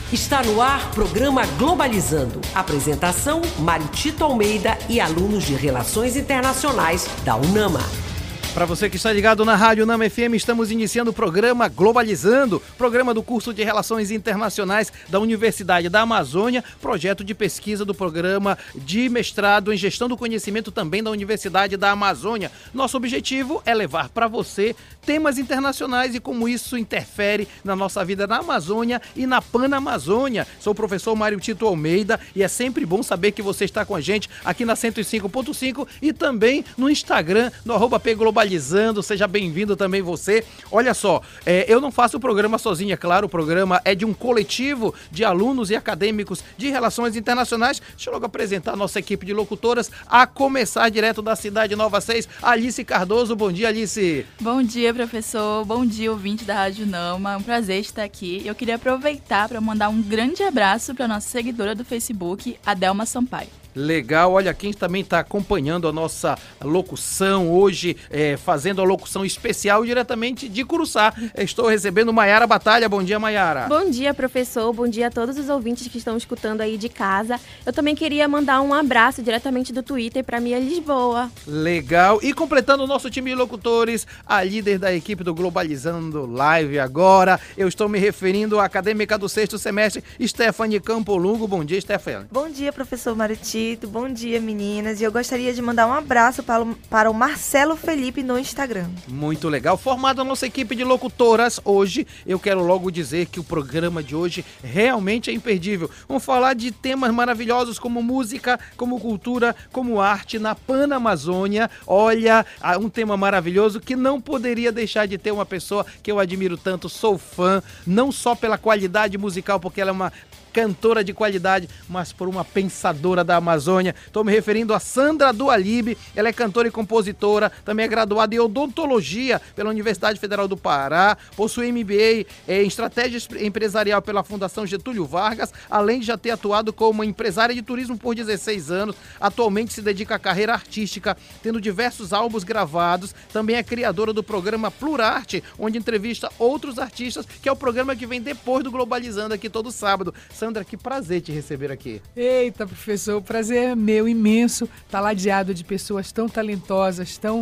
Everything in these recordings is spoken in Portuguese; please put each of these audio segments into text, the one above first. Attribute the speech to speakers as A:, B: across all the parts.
A: Está no ar programa Globalizando. Apresentação, Mário Tito Almeida e alunos de Relações Internacionais da UNAMA.
B: Para você que está ligado na Rádio UNAMA FM, estamos iniciando o programa Globalizando, programa do curso de Relações Internacionais da Universidade da Amazônia, projeto de pesquisa do programa de mestrado em Gestão do Conhecimento também da Universidade da Amazônia. Nosso objetivo é levar para você temas internacionais e como isso interfere na nossa vida na Amazônia e na Panamazônia. Sou o professor Mário Tito Almeida e é sempre bom saber que você está com a gente aqui na 105.5 e também no Instagram, no @pglobalizando. Seja bem-vindo também você. Olha só, eu não faço o programa sozinho, é claro, o programa é de um coletivo de alunos e acadêmicos de Relações Internacionais. Deixa eu logo apresentar a nossa equipe de locutoras, a começar direto da cidade Nova 6, Alice Cardoso. Bom dia, Alice.
C: Bom dia, professor. Bom dia, ouvinte da Rádio UNAMA. É um prazer estar aqui. Eu queria aproveitar para mandar um grande abraço para a nossa seguidora do Facebook, Adelma Sampaio.
B: Legal, olha, quem também está acompanhando a nossa locução hoje, fazendo a locução especial diretamente de Curuçá. Estou recebendo Maiara Batalha. Bom dia, Maiara.
D: Bom dia, professor. Bom dia a todos os ouvintes que estão escutando aí de casa. Eu também queria mandar um abraço diretamente do Twitter para Mia Lisboa.
B: Legal. E completando o nosso time de locutores, a líder da equipe do Globalizando Live agora, eu estou me referindo à acadêmica do 6º semestre, Stephanie Campolungo. Bom dia, Stephanie.
E: Bom dia, professor Mário Tito. Bom dia, meninas. E eu gostaria de mandar um abraço para o Marcelo Felipe no Instagram.
B: Muito legal. Formada a nossa equipe de locutoras hoje, eu quero logo dizer que o programa de hoje realmente é imperdível. Vamos falar de temas maravilhosos como música, como cultura, como arte na Panamazônia. Olha, um tema maravilhoso que não poderia deixar de ter uma pessoa que eu admiro tanto, sou fã, não só pela qualidade musical, porque ela é uma cantora de qualidade, mas por uma pensadora da Amazônia. Estou me referindo a Sandra Dualib. Ela é cantora e compositora, também é graduada em odontologia pela Universidade Federal do Pará, possui MBA em estratégia empresarial pela Fundação Getúlio Vargas, além de já ter atuado como empresária de turismo por 16 anos. Atualmente se dedica à carreira artística, tendo diversos álbuns gravados. Também é criadora do programa Plurarte, onde entrevista outros artistas, que é o programa que vem depois do Globalizando aqui todo sábado. Sandra, que prazer te receber aqui.
F: Eita, professor, o prazer é meu, imenso, estar ladeado de pessoas tão talentosas, tão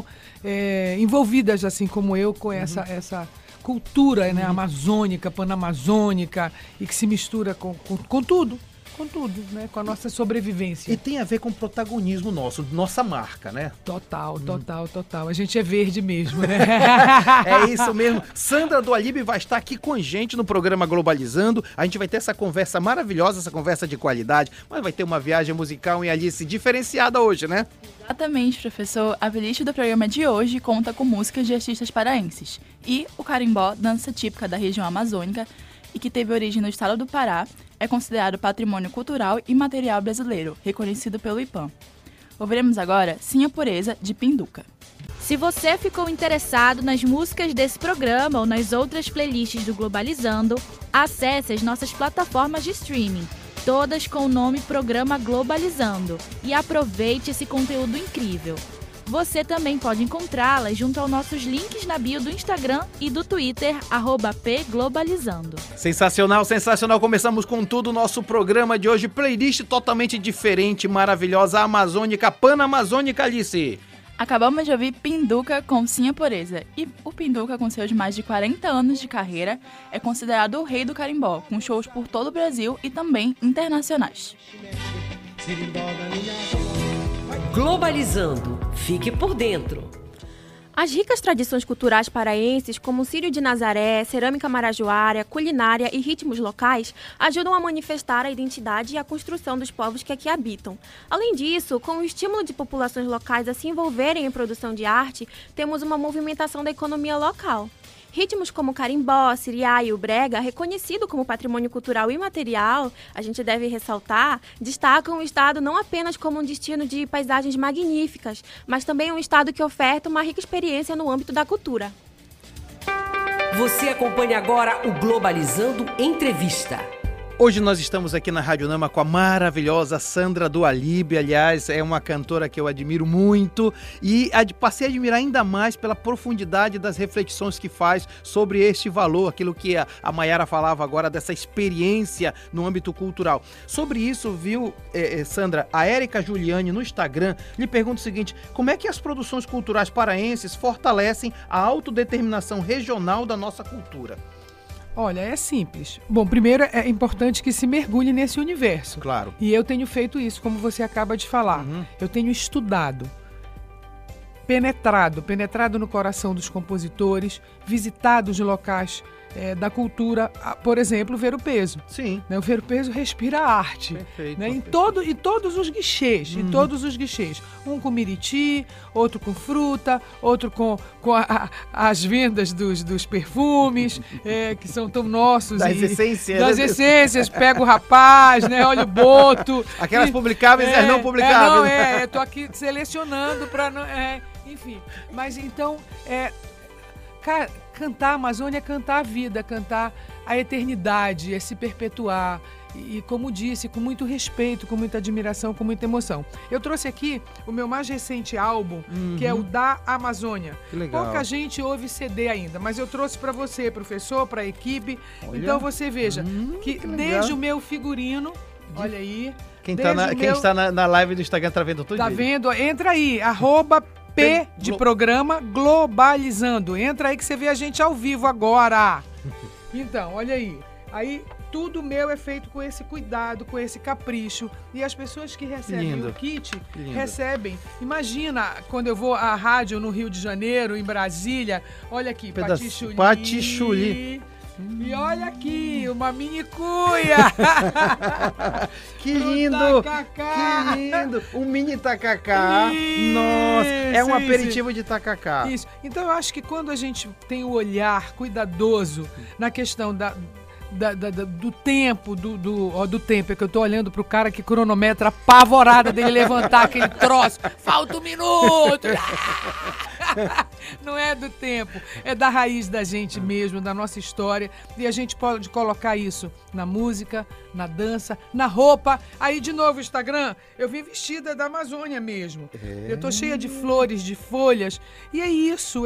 F: envolvidas assim como eu com essa cultura, né, amazônica, panamazônica, e que se mistura com tudo. Com tudo, né? Com a nossa sobrevivência.
B: E tem a ver com o protagonismo nosso, nossa marca, né?
F: Total. A gente é verde mesmo, né?
B: É isso mesmo. Sandra Dualib vai estar aqui com a gente no programa Globalizando. A gente vai ter essa conversa maravilhosa, essa conversa de qualidade, mas vai ter uma viagem musical em Alice diferenciada hoje, né?
C: Exatamente, professor. A playlist do programa de hoje conta com músicas de artistas paraenses. E o carimbó, dança típica da região amazônica e que teve origem no estado do Pará, é considerado patrimônio cultural e material brasileiro, reconhecido pelo IPAM. Ouviremos agora Sinha Pureza, de Pinduca.
D: Se você ficou interessado nas músicas desse programa ou nas outras playlists do Globalizando, acesse as nossas plataformas de streaming, todas com o nome Programa Globalizando, e aproveite esse conteúdo incrível. Você também pode encontrá-las junto aos nossos links na bio do Instagram e do Twitter, @pglobalizando.
B: Sensacional. Começamos com tudo o nosso programa de hoje. Playlist totalmente diferente, maravilhosa, amazônica, panamazônica, Alice.
C: Acabamos de ouvir Pinduca com Sinha Pureza. E o Pinduca, com seus mais de 40 anos de carreira, é considerado o rei do carimbó, com shows por todo o Brasil e também internacionais.
A: Globalizando. Fique por dentro.
D: As ricas tradições culturais paraenses, como Círio de Nazaré, cerâmica marajoara, culinária e ritmos locais, ajudam a manifestar a identidade e a construção dos povos que aqui habitam. Além disso, com o estímulo de populações locais a se envolverem em produção de arte, temos uma movimentação da economia local. Ritmos como o carimbó, siriá e o brega, reconhecido como patrimônio cultural imaterial, a gente deve ressaltar, destacam o estado não apenas como um destino de paisagens magníficas, mas também um estado que oferta uma rica experiência no âmbito da cultura.
A: Você acompanha agora o Globalizando Entrevista.
B: Hoje nós estamos aqui na Rádio Nama com a maravilhosa Sandra do Alibe. Aliás, é uma cantora que eu admiro muito e passei a admirar ainda mais pela profundidade das reflexões que faz sobre este valor, aquilo que a Mayara falava agora, dessa experiência no âmbito cultural. Sobre isso, viu, Sandra, a Érica Juliane no Instagram lhe pergunta o seguinte: como é que as produções culturais paraenses fortalecem a autodeterminação regional da nossa cultura?
F: Olha, é simples. Bom, primeiro é importante que se mergulhe nesse universo.
B: Claro.
F: E eu tenho feito isso, como você acaba de falar. Eu tenho estudado, penetrado no coração dos compositores, visitado os locais da cultura, por exemplo, o Ver o Peso.
B: Sim.
F: Né? O Ver o Peso respira a arte.
B: Perfeito.
F: Né? Em todos os guichês, em todos os guichês. Um com miriti, outro com fruta, outro com as vendas dos perfumes, que são tão nossos.
B: Das essências.
F: Das essências, pega o rapaz, né? Olha o boto.
B: Aquelas publicáveis e as não publicáveis.
F: Eu tô aqui selecionando para não... enfim, mas então... Cantar a Amazônia é cantar a vida, cantar a eternidade, é se perpetuar. E, como disse, com muito respeito, com muita admiração, com muita emoção. Eu trouxe aqui o meu mais recente álbum, que é o Da Amazônia.
B: Que legal.
F: Pouca gente ouve CD ainda, mas eu trouxe para você, professor, para a equipe.
B: Olha.
F: Então você veja que
B: legal.
F: Desde o meu figurino, olha aí.
B: Quem está na live do Instagram tá vendo tudo.
F: Tá vendo? Entra aí, @P de programa Globalizando. Entra aí que você vê a gente ao vivo agora. Então, olha aí. Aí tudo meu é feito com esse cuidado, com esse capricho. E as pessoas que recebem o kit, recebem. Imagina quando eu vou à rádio no Rio de Janeiro, em Brasília. Olha aqui,
B: Patichuli.
F: E olha aqui, uma mini cuia.
B: Que lindo! Que lindo! Um mini tacacá. Nossa, é um aperitivo de tacacá.
F: Isso. Então eu acho que quando a gente tem o olhar cuidadoso na questão do tempo, do tempo, é que eu tô olhando pro cara que cronometra apavorada dele levantar aquele troço. Falta um minuto! Não é do tempo, é da raiz da gente mesmo, da nossa história. E a gente pode colocar isso na música, na dança, na roupa. Aí, de novo, Instagram, eu vim vestida da Amazônia mesmo. Eu tô cheia de flores, de folhas. E é isso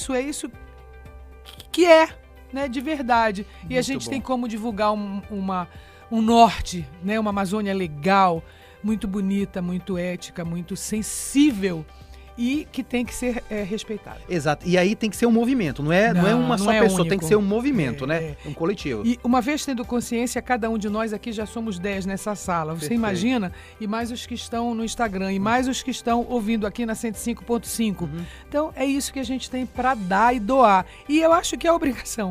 F: que é, né, de verdade. E
B: muito
F: a gente
B: bom.
F: tem como divulgar um norte, né, uma Amazônia legal, muito bonita, muito ética, muito sensível. E que tem que ser respeitado.
B: Exato. E aí tem que ser um movimento, não é uma só pessoa, único. Tem que ser um movimento, né? Um coletivo.
F: E uma vez tendo consciência, cada um de nós aqui já somos 10 nessa sala. Você imagina? E mais os que estão no Instagram, e mais os que estão ouvindo aqui na 105.5. Então é isso que a gente tem para dar e doar. E eu acho que é obrigação.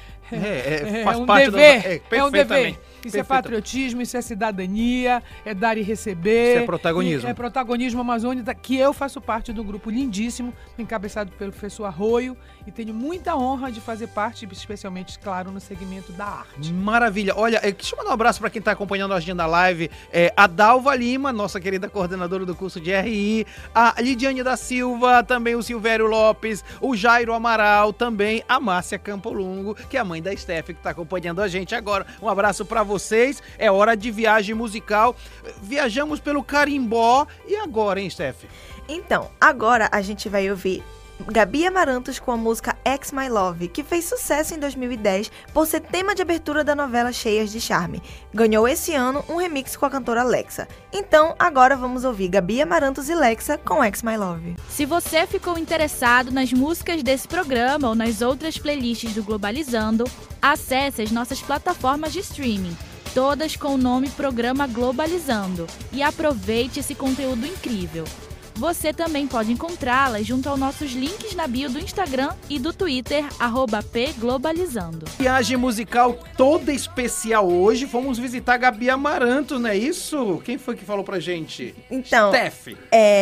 B: Faz
F: um
B: parte
F: dever,
B: é
F: um dever. Isso é patriotismo, isso é cidadania, é dar e receber.
B: Isso é protagonismo.
F: É protagonismo amazônico, que eu faço parte do grupo lindíssimo, encabeçado pelo professor Arroio, e tenho muita honra de fazer parte, especialmente, claro, no segmento da arte.
B: Maravilha. Olha, deixa eu mandar um abraço para quem está acompanhando a gente na live. A Dalva Lima, nossa querida coordenadora do curso de RI, a Lidiane da Silva, também o Silvério Lopes, o Jairo Amaral, também a Márcia Campolungo, que é a mãe da Steph, que está acompanhando a gente agora. Um abraço para vocês. É hora de viagem musical. Viajamos pelo Carimbó. E agora, hein, Steph?
E: Então, agora a gente vai ouvir Gabi Amarantos com a música Ex My Love, que fez sucesso em 2010 por ser tema de abertura da novela Cheias de Charme. Ganhou esse ano um remix com a cantora Lexa. Então, agora vamos ouvir Gabi Amarantos e Lexa com Ex My Love.
G: Se você ficou interessado nas músicas desse programa ou nas outras playlists do Globalizando, acesse as nossas plataformas de streaming, todas com o nome Programa Globalizando, e aproveite esse conteúdo incrível. Você também pode encontrá-las junto aos nossos links na bio do Instagram e do Twitter, @pglobalizando.
B: Viagem musical toda especial hoje. Fomos visitar a Gabi Amarantos, não é isso? Quem foi que falou pra gente?
E: Então,
B: Steph.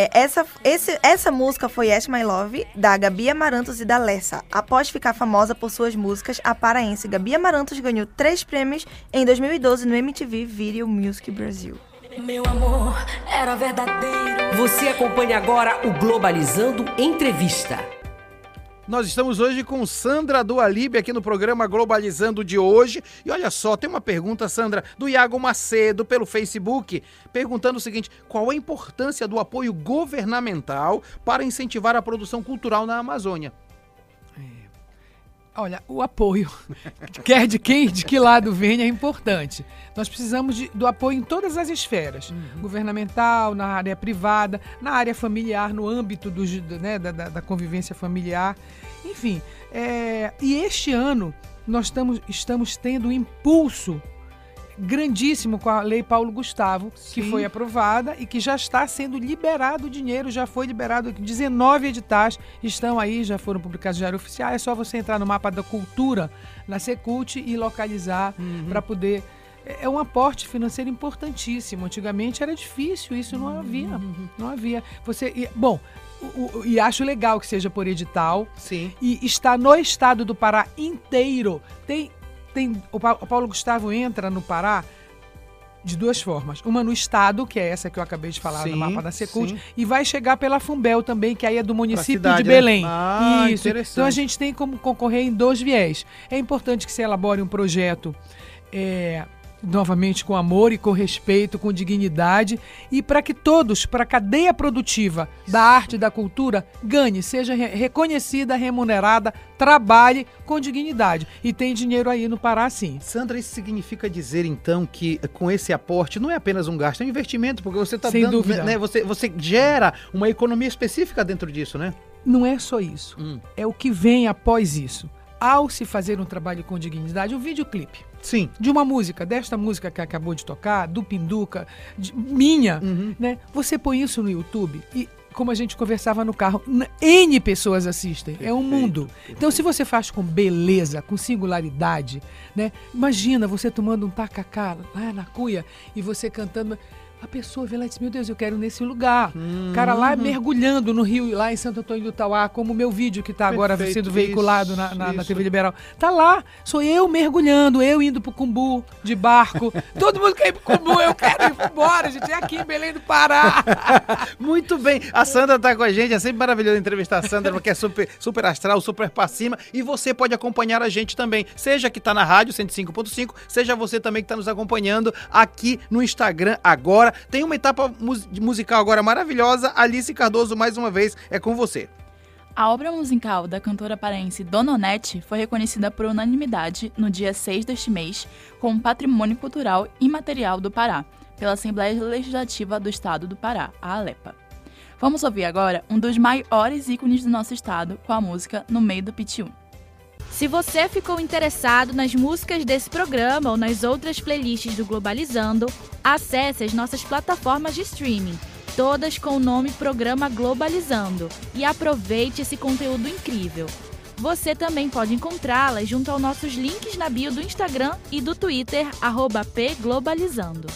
E: Essa música foi Ex My Love, da Gabi Amarantos e da Lessa. Após ficar famosa por suas músicas, a paraense Gabi Amarantos ganhou 3 prêmios em 2012 no MTV Video Music Brasil.
A: Meu amor era verdadeiro. Você acompanha agora o Globalizando Entrevista.
B: Nós estamos hoje com Sandra Dualib aqui no programa Globalizando de hoje. E olha só, tem uma pergunta, Sandra, do Iago Macedo pelo Facebook, perguntando o seguinte: qual a importância do apoio governamental para incentivar a produção cultural na Amazônia?
F: Olha, o apoio, quer de que lado venha, é importante. Nós precisamos do apoio em todas as esferas, governamental, na área privada, na área familiar, no âmbito da convivência familiar, enfim. E este ano nós estamos tendo um impulso grandíssimo com a Lei Paulo Gustavo, que foi aprovada e que já está sendo liberado o dinheiro, já foi liberado 19 editais, estão aí, já foram publicados no Diário Oficial, é só você entrar no mapa da cultura, na Secult e localizar para poder... É um aporte financeiro importantíssimo, antigamente era difícil, isso não havia. E acho legal que seja por edital.
B: Sim.
F: E está no estado do Pará inteiro, o Paulo Gustavo entra no Pará de duas formas. Uma no estado, que é essa que eu acabei de falar, no mapa da Secult, e vai chegar pela Fumbel também, que aí é do município de Belém.
B: Né?
F: Isso. Então a gente tem como concorrer em 2 viés. É importante que se elabore um projeto novamente com amor e com respeito, com dignidade, e para que todos, para a cadeia produtiva da arte e da cultura, ganhe, seja reconhecida, remunerada, trabalhe com dignidade. E tem dinheiro aí no Pará, sim.
B: Sandra, isso significa dizer, então, que com esse aporte não é apenas um gasto, é um investimento, porque você está dando,
F: dúvida.
B: Né, você gera uma economia específica dentro disso, né?
F: Não é só isso. É o que vem após isso. Ao se fazer um trabalho com dignidade, um videoclipe.
B: Sim.
F: De uma música, desta música que acabou de tocar, do Pinduca, minha, né? Você põe isso no YouTube e, como a gente conversava no carro, N pessoas assistem. Perfeito, é um mundo. Perfeito. Então, se você faz com beleza, com singularidade, né? Imagina você tomando um tacacá lá na cuia e você cantando... A pessoa vê lá e diz, meu Deus, eu quero nesse lugar. O cara lá mergulhando no rio, lá em Santo Antônio do Tauá, como o meu vídeo que está agora sendo veiculado na TV Liberal. Tá lá, sou eu mergulhando, eu indo pro Cumbu de barco. Todo mundo quer ir pro Cumbu, eu quero ir embora, gente. É aqui em Belém do Pará.
B: Muito bem, a Sandra tá com a gente, é sempre maravilhoso entrevistar a Sandra, porque é super astral, super pra cima, e você pode acompanhar a gente também, seja que tá na rádio 105.5, seja você também que tá nos acompanhando aqui no Instagram agora. Tem uma etapa musical agora maravilhosa. Alice Cardoso, mais uma vez, é com você.
C: A obra musical da cantora paraense Dona Onete foi reconhecida por unanimidade no dia 6 deste mês como Patrimônio Cultural Imaterial do Pará, pela Assembleia Legislativa do Estado do Pará, a ALEPA. Vamos ouvir agora um dos maiores ícones do nosso estado com a música No Meio do Pitiú.
G: Se você ficou interessado nas músicas desse programa ou nas outras playlists do Globalizando, acesse as nossas plataformas de streaming, todas com o nome Programa Globalizando, e aproveite esse conteúdo incrível. Você também pode encontrá-las junto aos nossos links na bio do Instagram e do Twitter, @pglobalizando.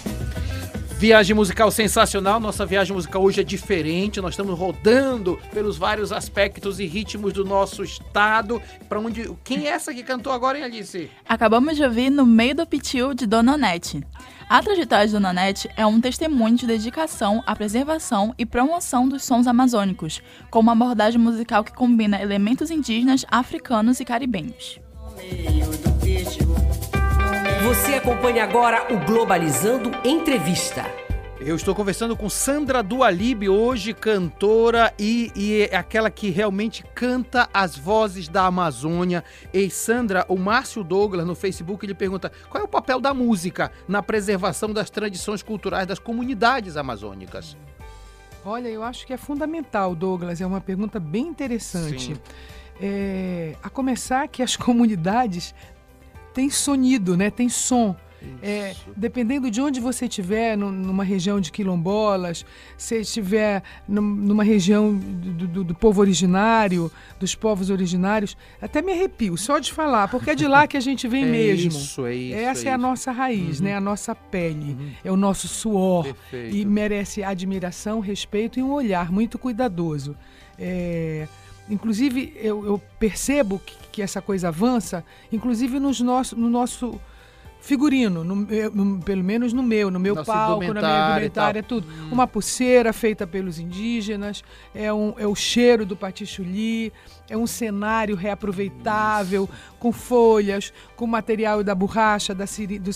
B: Viagem musical sensacional, nossa viagem musical hoje é diferente, nós estamos rodando pelos vários aspectos e ritmos do nosso estado. Quem é essa que cantou agora, hein, Alice?
C: Acabamos de ouvir No Meio do Pitiú, de Dona Onete. A trajetória de Dona Onete é um testemunho de dedicação à preservação e promoção dos sons amazônicos, com uma abordagem musical que combina elementos indígenas, africanos e caribenhos.
A: Você acompanha agora o Globalizando Entrevista.
B: Eu estou conversando com Sandra Dualib, hoje cantora e é aquela que realmente canta as vozes da Amazônia. E Sandra, o Márcio Douglas no Facebook, ele pergunta qual é o papel da música na preservação das tradições culturais das comunidades amazônicas?
F: Olha, eu acho que é fundamental, Douglas, é uma pergunta bem interessante. A começar que as comunidades têm sonido, né? Tem som. Dependendo de onde você estiver, numa região de quilombolas, se estiver numa região do povo originário, dos povos originários, até me arrepio só de falar, porque é de lá que a gente vem mesmo. Essa é a nossa raiz, né? A nossa pele, é o nosso suor. Perfeito. E merece admiração, respeito e um olhar muito cuidadoso. Inclusive, eu percebo que essa coisa avança, inclusive no nosso figurino, pelo menos no meu
B: Nossa,
F: palco, na minha indumentária, é tudo. Uma pulseira feita pelos indígenas, é o cheiro do patichuli, é um cenário reaproveitável, com folhas, com material da borracha, das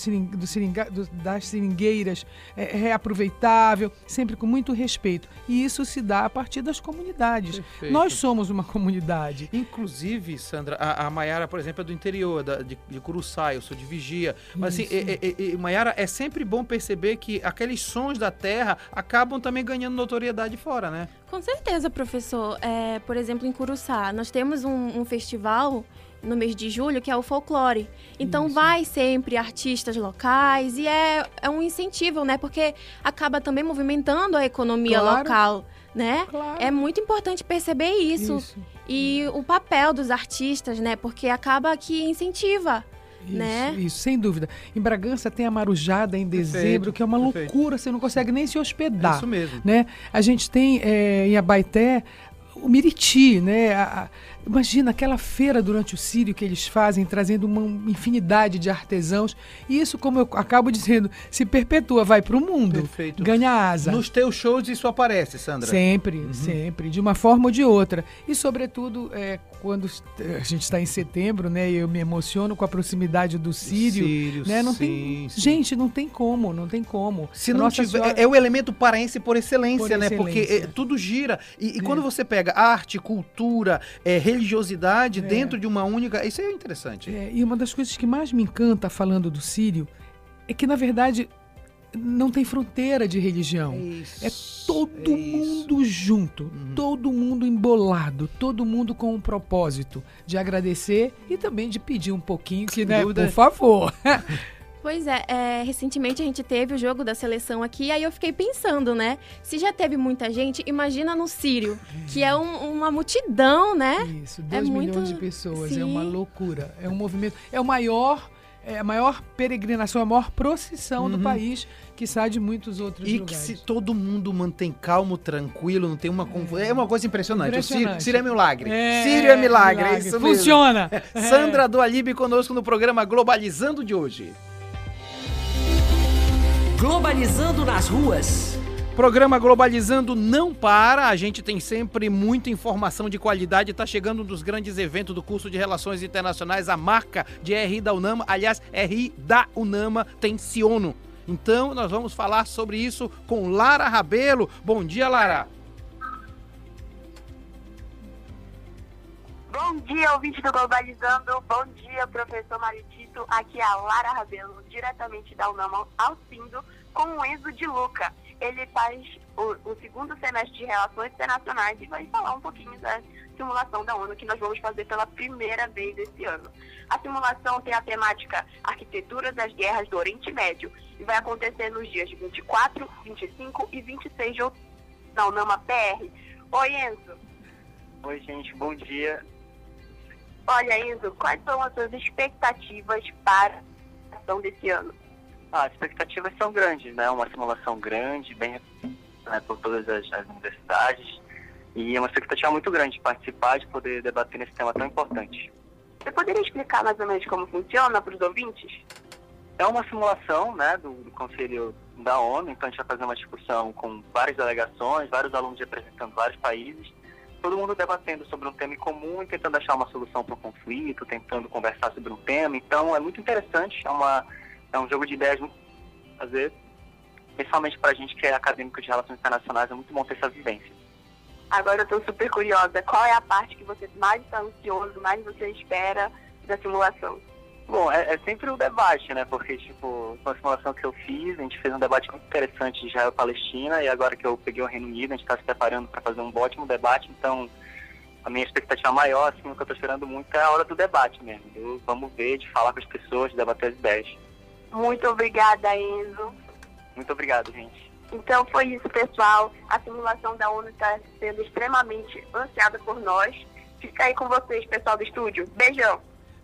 F: seringueiras, reaproveitável, sempre com muito respeito. E isso se dá a partir das comunidades.
B: Perfeito.
F: Nós somos uma comunidade.
B: Inclusive, Sandra, a Maiara, por exemplo, é do interior, de Curuçá, eu sou de Vigia. Mas assim, Maiara, é sempre bom perceber que aqueles sons da terra acabam também ganhando notoriedade fora, né?
D: Com certeza, professor. Por exemplo, em Curuçá, nós temos um festival no mês de julho, que é o folclore. Então, vai sempre artistas locais e é um incentivo, né? Porque acaba também movimentando a economia local, né?
F: Claro.
D: É muito importante perceber isso. E o papel dos artistas, né? Porque acaba que incentiva.
F: Isso, sem dúvida. Em Bragança tem a Marujada em dezembro, que é uma loucura, você não consegue nem se hospedar.
B: Isso mesmo.
F: Né? A gente tem em Abaeté o Miriti, né? Imagina aquela feira durante o Círio que eles fazem, trazendo uma infinidade de artesãos. E isso, como eu acabo dizendo, se perpetua, vai para o mundo.
B: Perfeito.
F: Ganha asa.
B: Nos teus shows isso aparece, Sandra?
F: Sempre, sempre, de uma forma ou de outra. E, sobretudo, quando a gente está em setembro, né? Eu me emociono com a proximidade do Círio. Né? Não tem, gente, não tem como.
B: Se não tiver, é o elemento paraense por excelência, né? Porque tudo gira. E quando você pega arte, cultura, religiosidade dentro de uma única... Isso é interessante.
F: E uma das coisas que mais me encanta falando do Círio é que, na verdade, não tem fronteira de religião. É todo mundo junto, todo mundo embolado, todo mundo com um propósito de agradecer e também de pedir um pouquinho, que, né, por favor.
D: Pois recentemente a gente teve o jogo da seleção aqui, aí eu fiquei pensando, né? Se já teve muita gente, imagina no Círio, que é uma multidão, né?
F: Isso, 2 milhões de pessoas, sim. É uma loucura, é um movimento, é a maior peregrinação, a maior procissão do país, que sai de muitos outros lugares.
B: E que se todo mundo mantém calmo, tranquilo, não tem uma confusão. É uma coisa impressionante. O Círio é milagre. Círio é milagre, é isso mesmo.
F: Funciona!
B: Sandra do Alibe conosco no programa Globalizando de hoje.
A: Globalizando nas ruas.
B: Programa Globalizando não para, a gente tem sempre muita informação de qualidade, está chegando um dos grandes eventos do curso de Relações Internacionais, a marca de RI da UNAMA, aliás, RI da UNAMA tem Ciono. Então, nós vamos falar sobre isso com Lara Rabelo. Bom dia, Lara.
H: Bom dia, ouvinte do Globalizando. Bom dia, professor Maritito. Aqui é a Lara Rabelo, diretamente da UNAMA, Alcindo, com o Enzo de Luca. Ele faz o segundo semestre de Relações Internacionais e vai falar um pouquinho da simulação da ONU que nós vamos fazer pela primeira vez esse ano. A simulação tem a temática Arquitetura das Guerras do Oriente Médio e vai acontecer nos dias 24, 25 e 26 de outubro na UNAMA PR. Oi, Enzo.
I: Oi, gente. Bom dia.
H: Olha, Enzo, quais são as suas expectativas para a ação desse ano?
I: As expectativas são grandes, né? Uma simulação grande, bem por todas as universidades. E é uma expectativa muito grande de participar, de poder debater nesse tema tão importante.
H: Você poderia explicar mais ou menos como funciona para os ouvintes?
I: É uma simulação, né, do Conselho da ONU. Então a gente vai fazer uma discussão com várias delegações, vários alunos representando vários países. Todo mundo debatendo sobre um tema em comum e tentando achar uma solução para o conflito, tentando conversar sobre um tema. Então é muito interessante, é um jogo de ideias muito fazer, principalmente para a gente que é acadêmico de Relações Internacionais, é muito bom ter essa vivência.
H: Agora eu estou super curiosa, qual é a parte que você mais está ansioso, mais você espera da simulação?
I: Bom, é sempre o debate, né? Porque, com a simulação que eu fiz, a gente fez um debate muito interessante de Israel e Palestina, e agora que eu peguei o Reino Unido, a gente está se preparando para fazer um ótimo debate, então a minha expectativa maior, assim, o que eu estou esperando muito é a hora do debate mesmo. Vamos ver, de falar com as pessoas, de debater as ideias.
H: Muito obrigada, Enzo.
I: Muito obrigado, gente.
H: Então foi isso, pessoal. A simulação da ONU está sendo extremamente ansiada por nós. Fica aí com vocês, pessoal do estúdio. Beijão.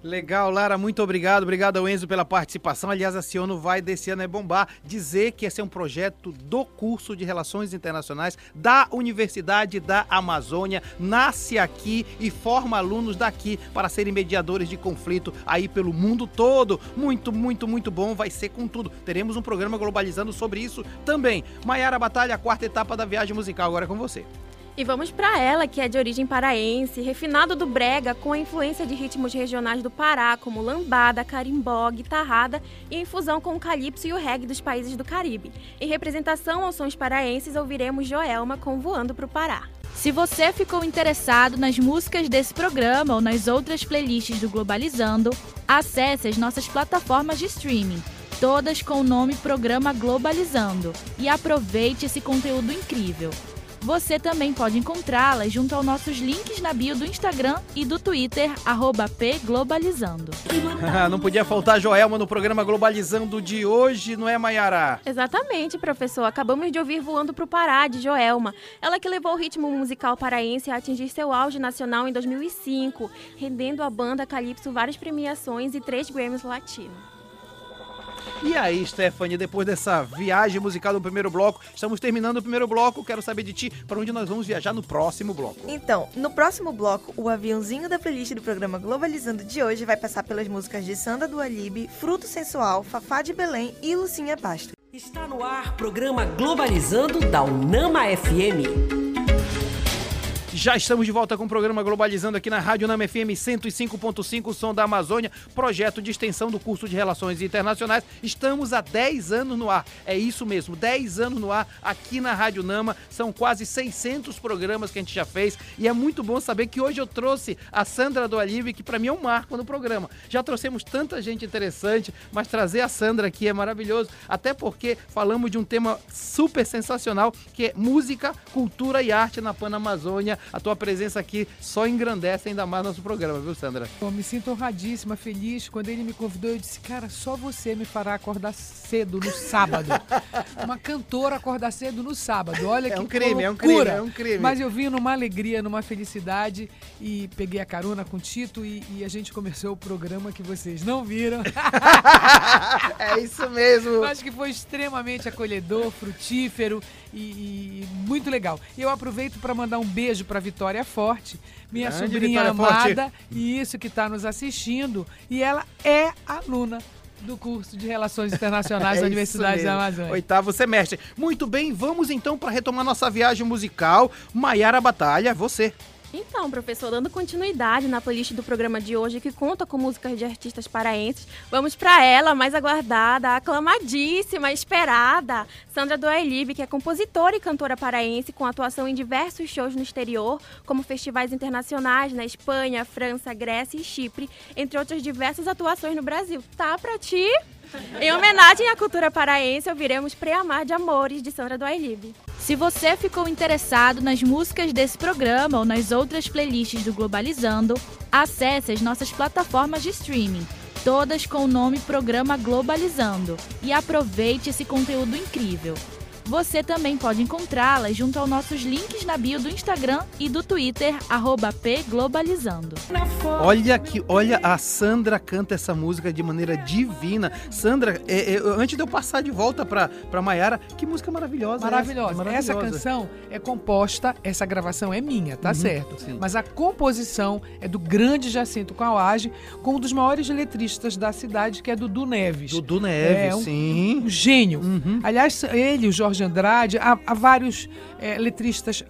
B: Legal, Lara, muito obrigado. Obrigado ao Enzo pela participação. Aliás, a Ciono vai desse ano bombar. Dizer que esse é um projeto do curso de Relações Internacionais da Universidade da Amazônia. Nasce aqui e forma alunos daqui para serem mediadores de conflito aí pelo mundo todo. Muito, muito, muito bom. Vai ser com tudo. Teremos um programa globalizando sobre isso também. Maiara Batalha, a quarta etapa da viagem musical. Agora é com você.
D: E vamos para ela, que é de origem paraense, refinado do brega, com a influência de ritmos regionais do Pará, como lambada, carimbó, guitarrada, e em fusão com o calypso e o reggae dos países do Caribe. Em representação aos sons paraenses, ouviremos Joelma com Voando pro Pará.
G: Se você ficou interessado nas músicas desse programa ou nas outras playlists do Globalizando, acesse as nossas plataformas de streaming, todas com o nome Programa Globalizando, e aproveite esse conteúdo incrível. Você também pode encontrá-las junto aos nossos links na bio do Instagram e do Twitter, @pglobalizando.
B: Não podia faltar Joelma no programa Globalizando de hoje, não é, Maiara?
D: Exatamente, professor. Acabamos de ouvir Voando pro Pará, de Joelma. Ela que levou o ritmo musical paraense a atingir seu auge nacional em 2005, rendendo à banda Calypso várias premiações e 3 Grammys Latino.
B: E aí, Stephanie, depois dessa viagem musical do primeiro bloco, estamos terminando o primeiro bloco, quero saber de ti, para onde nós vamos viajar no próximo bloco.
E: Então, no próximo bloco, o aviãozinho da playlist do programa Globalizando de hoje vai passar pelas músicas de Sandra do Alibe, Fruto Sensual, Fafá de Belém e Lucinha Bastos.
A: Está no ar, programa Globalizando da Unama FM.
B: Já estamos de volta com o programa Globalizando aqui na Rádio Unama FM 105.5, Som da Amazônia, projeto de extensão do curso de Relações Internacionais. Estamos há 10 anos no ar, é isso mesmo, 10 anos no ar aqui na Rádio Unama. São quase 600 programas que a gente já fez e é muito bom saber que hoje eu trouxe a Sandra do Alibe, que para mim é um marco no programa. Já trouxemos tanta gente interessante, mas trazer a Sandra aqui é maravilhoso, até porque falamos de um tema super sensacional, que é música, cultura e arte na Panamazônia. A tua presença aqui só engrandece ainda mais nosso programa, viu, Sandra?
F: Eu me sinto honradíssima, feliz. Quando ele me convidou, eu disse, cara, só você me fará acordar cedo no sábado. Uma cantora acordar cedo no sábado. Olha que
B: crime,
F: loucura.
B: é um crime.
F: Mas eu vim numa alegria, numa felicidade e peguei a carona com o Tito e a gente começou o programa que vocês não viram.
B: É isso mesmo.
F: Eu acho que foi extremamente acolhedor, frutífero e muito legal. E eu aproveito para mandar um beijo para Vitória Forte, minha
B: Grande
F: sobrinha
B: Vitória
F: amada,
B: Forte.
F: e isso que está nos assistindo. E ela é aluna do curso de Relações Internacionais da Universidade da Amazônia.
B: 8º semestre. Muito bem, vamos então para retomar nossa viagem musical. Maiara Batalha, você.
D: Então, professor, dando continuidade na playlist do programa de hoje, que conta com músicas de artistas paraenses, vamos para ela, mais aguardada, aclamadíssima, esperada, Sandra do Alibe, que é compositora e cantora paraense, com atuação em diversos shows no exterior, como festivais internacionais na Espanha, França, Grécia e Chipre, entre outras diversas atuações no Brasil. Tá pra ti? Em homenagem à cultura paraense, ouviremos Preamar de Amores, de Sandra do Alibe.
G: Se você ficou interessado nas músicas desse programa ou nas outras playlists do Globalizando, acesse as nossas plataformas de streaming, todas com o nome Programa Globalizando, e aproveite esse conteúdo incrível. Você também pode encontrá-las junto aos nossos links na bio do Instagram e do Twitter, @pglobalizando.
B: Olha, a Sandra canta essa música de maneira divina. Sandra, antes de eu passar de volta pra Maiara, que música maravilhosa.
F: Maravilhosa. Essa canção é composta, essa gravação é minha, tá certo?
B: Sim.
F: Mas a composição é do grande Jacinto Kawage, com um dos maiores letristas da cidade, que é Dudu Neves.
B: Dudu Neves,
F: um gênio. Aliás, ele, o Jorge Andrade, há vários letristas,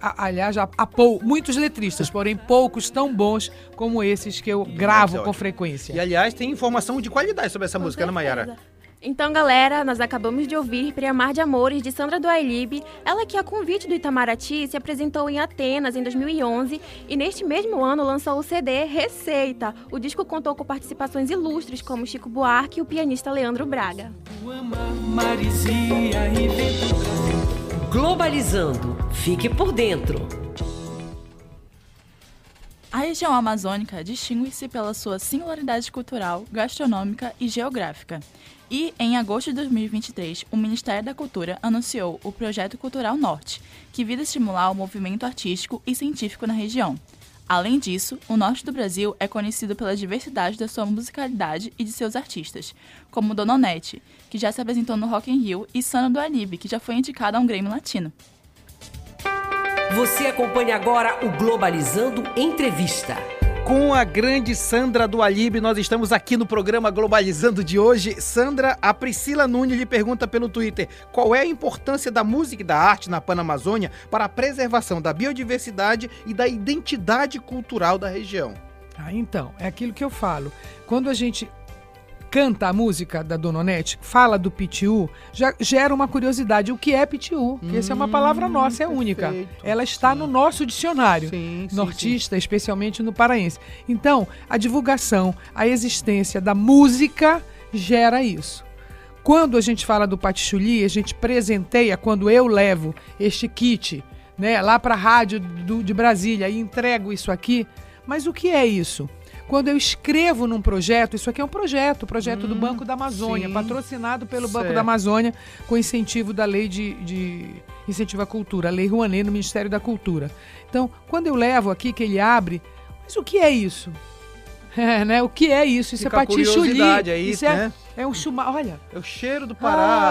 F: muitos letristas, porém poucos tão bons como esses que eu gravo com frequência.
B: E aliás, tem informação de qualidade sobre essa música, né, Maiara?
D: Então, galera, nós acabamos de ouvir Preamar de Amores, de Sandra do Alibe, ela que, a convite do Itamaraty, se apresentou em Atenas em 2011 e neste mesmo ano lançou o CD Receita. O disco contou com participações ilustres como Chico Buarque e o pianista Leandro Braga.
A: Globalizando. Fique por dentro.
C: A região amazônica distingue-se pela sua singularidade cultural, gastronômica e geográfica. E, em agosto de 2023, o Ministério da Cultura anunciou o Projeto Cultural Norte, que visa estimular o movimento artístico e científico na região. Além disso, o norte do Brasil é conhecido pela diversidade da sua musicalidade e de seus artistas, como Dona Onete, que já se apresentou no Rock in Rio, e Sandra do Alibe, que já foi indicada a um Grammy Latino.
A: Você acompanha agora o Globalizando Entrevista.
B: Com a grande Sandra do Alibe, nós estamos aqui no programa Globalizando de hoje. Sandra, a Priscila Nunes lhe pergunta pelo Twitter qual é a importância da música e da arte na Panamazônia para a preservação da biodiversidade e da identidade cultural da região.
F: Então, é aquilo que eu falo. Quando a gente canta a música da Dona Onete, fala do Pitiú, já gera uma curiosidade. O que é Pitiú? Porque essa é uma palavra nossa, é única. Ela está no nosso dicionário nortista, especialmente no paraense. Então, a divulgação, a existência da música gera isso. Quando a gente fala do Patichuli, a gente presenteia, quando eu levo este kit, né, lá para a rádio de Brasília e entrego isso aqui. Mas o que é isso? Quando eu escrevo num projeto, isso aqui é um projeto do Banco da Amazônia, patrocinado pelo Banco da Amazônia, com incentivo da Lei de Incentivo à Cultura, a Lei Rouanet, no Ministério da Cultura. Então, quando eu levo aqui, que ele abre, mas o que é isso? Né? O que é isso? Isso
B: fica
F: é Patichuli.
B: Isso né?
F: É um chumá. Olha.
B: É o cheiro do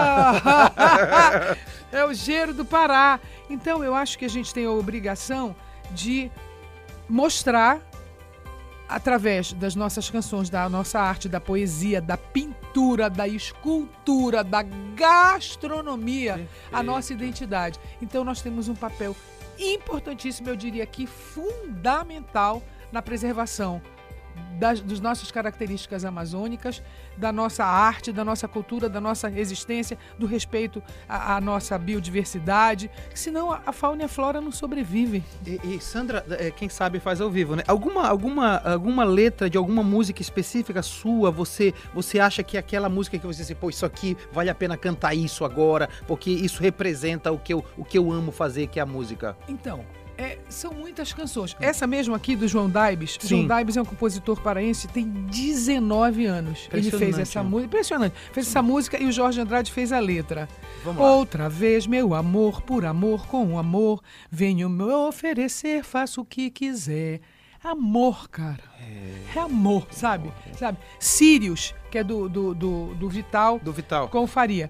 B: Pará.
F: É o cheiro do Pará. Então, eu acho que a gente tem a obrigação de mostrar, através das nossas canções, da nossa arte, da poesia, da pintura, da escultura, da gastronomia, a nossa identidade. Então nós temos um papel importantíssimo, eu diria que fundamental, na preservação das nossas características amazônicas, da nossa arte, da nossa cultura, da nossa existência, do respeito à nossa biodiversidade, que senão a fauna e a flora não sobrevivem.
B: E Sandra, quem sabe faz ao vivo, né? Alguma letra de alguma música específica sua, você acha que aquela música que você disse, pô, isso aqui vale a pena cantar isso agora, porque isso representa o que eu amo fazer, que é a música?
F: Então, são muitas canções. Essa mesmo aqui do João Daibes. João Daibes é um compositor paraense, tem 19 anos. Ele fez essa música. Impressionante. Fez essa música e o Jorge Andrade fez a letra. Outra vez, meu amor, por amor, com amor, venho me oferecer, faço o que quiser. Amor, cara. É amor, sabe? Sirius, que é do Vital.
B: Do Vital.
F: Com Faria.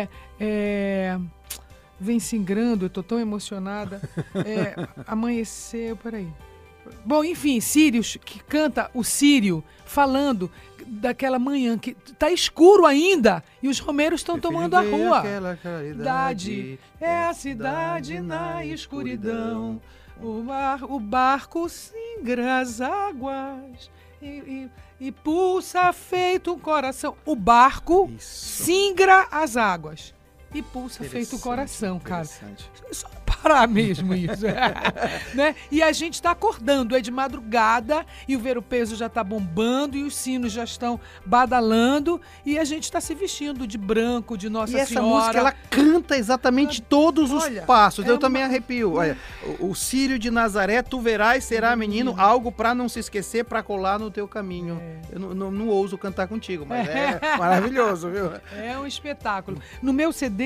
F: Vem singrando, eu tô tão emocionada. Amanheceu, peraí. Bom, enfim, Sirius, que canta o Sírio, falando daquela manhã que tá escuro ainda e os romeiros estão tomando a rua.
B: Aquela claridade
F: é a cidade na escuridão. O barco singra as águas e pulsa feito um coração. O barco singra as águas e pulsa feito o coração, cara. É só parar mesmo isso. Né? E a gente está acordando, é de madrugada e o Ver-o-Peso já está bombando e os sinos já estão badalando e a gente está se vestindo de branco, de Nossa Senhora.
B: E essa música, ela canta exatamente todos os passos. Eu também arrepio. Olha, o Círio de Nazaré, tu verás, será menino, algo para não se esquecer, para colar no teu caminho. Eu não ouso cantar contigo, mas é maravilhoso, viu?
F: É um espetáculo. No meu CD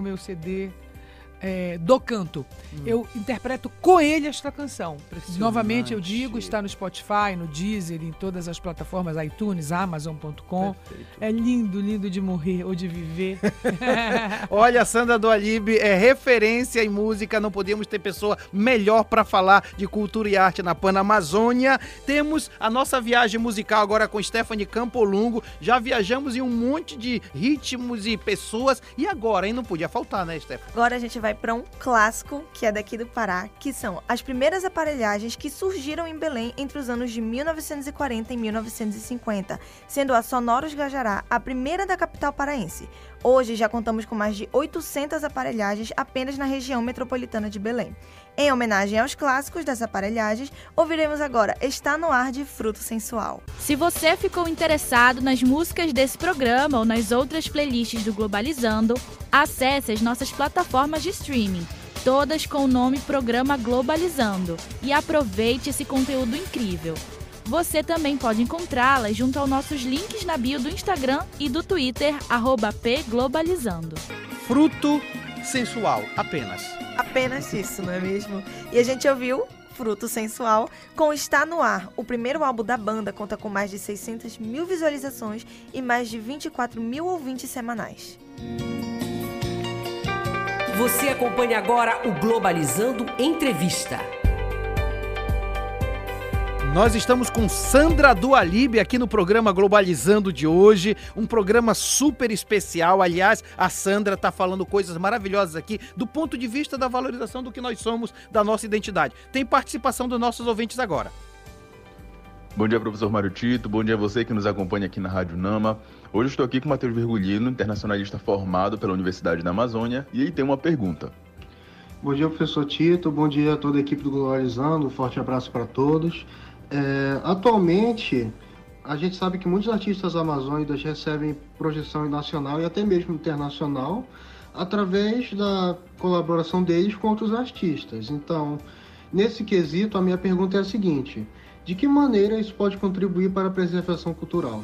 F: do canto, eu interpreto com ele esta canção. Novamente eu digo, está no Spotify, no Deezer, em todas as plataformas, iTunes, Amazon.com. É lindo, lindo de morrer ou de viver.
B: Olha, a Sandra do Alibe é referência em música, não podíamos ter pessoa melhor para falar de cultura e arte na Panamazônia. Temos a nossa viagem musical agora com Stephanie Campolungo, já viajamos em um monte de ritmos e pessoas, e agora, hein, não podia faltar, né, Stephanie?
E: Agora a gente vai para um clássico que é daqui do Pará, que são as primeiras aparelhagens que surgiram em Belém entre os anos de 1940 e 1950, sendo a Sonoros Gajará a primeira da capital paraense. Hoje já contamos com mais de 800 aparelhagens apenas na região metropolitana de Belém. Em homenagem aos clássicos das aparelhagens, ouviremos agora Está no Ar de Fruto Sensual.
G: Se você ficou interessado nas músicas desse programa ou nas outras playlists do Globalizando, acesse as nossas plataformas de streaming, todas com o nome Programa Globalizando, e aproveite esse conteúdo incrível. Você também pode encontrá-las junto aos nossos links na bio do Instagram e do Twitter, @pglobalizando.
B: Fruto Sensual, apenas.
E: Apenas isso, não é mesmo? E a gente ouviu Fruto Sensual, com Está No Ar. O primeiro álbum da banda conta com mais de 600 mil visualizações e mais de 24 mil ouvintes semanais.
A: Você acompanha agora o Globalizando Entrevista.
B: Nós estamos com Sandra do Alibe aqui no programa Globalizando de hoje, um programa super especial. Aliás, a Sandra está falando coisas maravilhosas aqui do ponto de vista da valorização do que nós somos, da nossa identidade. Tem participação dos nossos ouvintes agora.
J: Bom dia, professor Mário Tito. Bom dia a você que nos acompanha aqui na Rádio Nama. Hoje eu estou aqui com o Matheus Virgulino, internacionalista formado pela Universidade da Amazônia, e ele tem uma pergunta.
K: Bom dia, professor Tito. Bom dia a toda a equipe do Globalizando. Um forte abraço para todos. Atualmente, a gente sabe que muitos artistas amazônicos recebem projeção nacional e até mesmo internacional através da colaboração deles com outros artistas. Então, nesse quesito, a minha pergunta é a seguinte: de que maneira isso pode contribuir para a preservação cultural?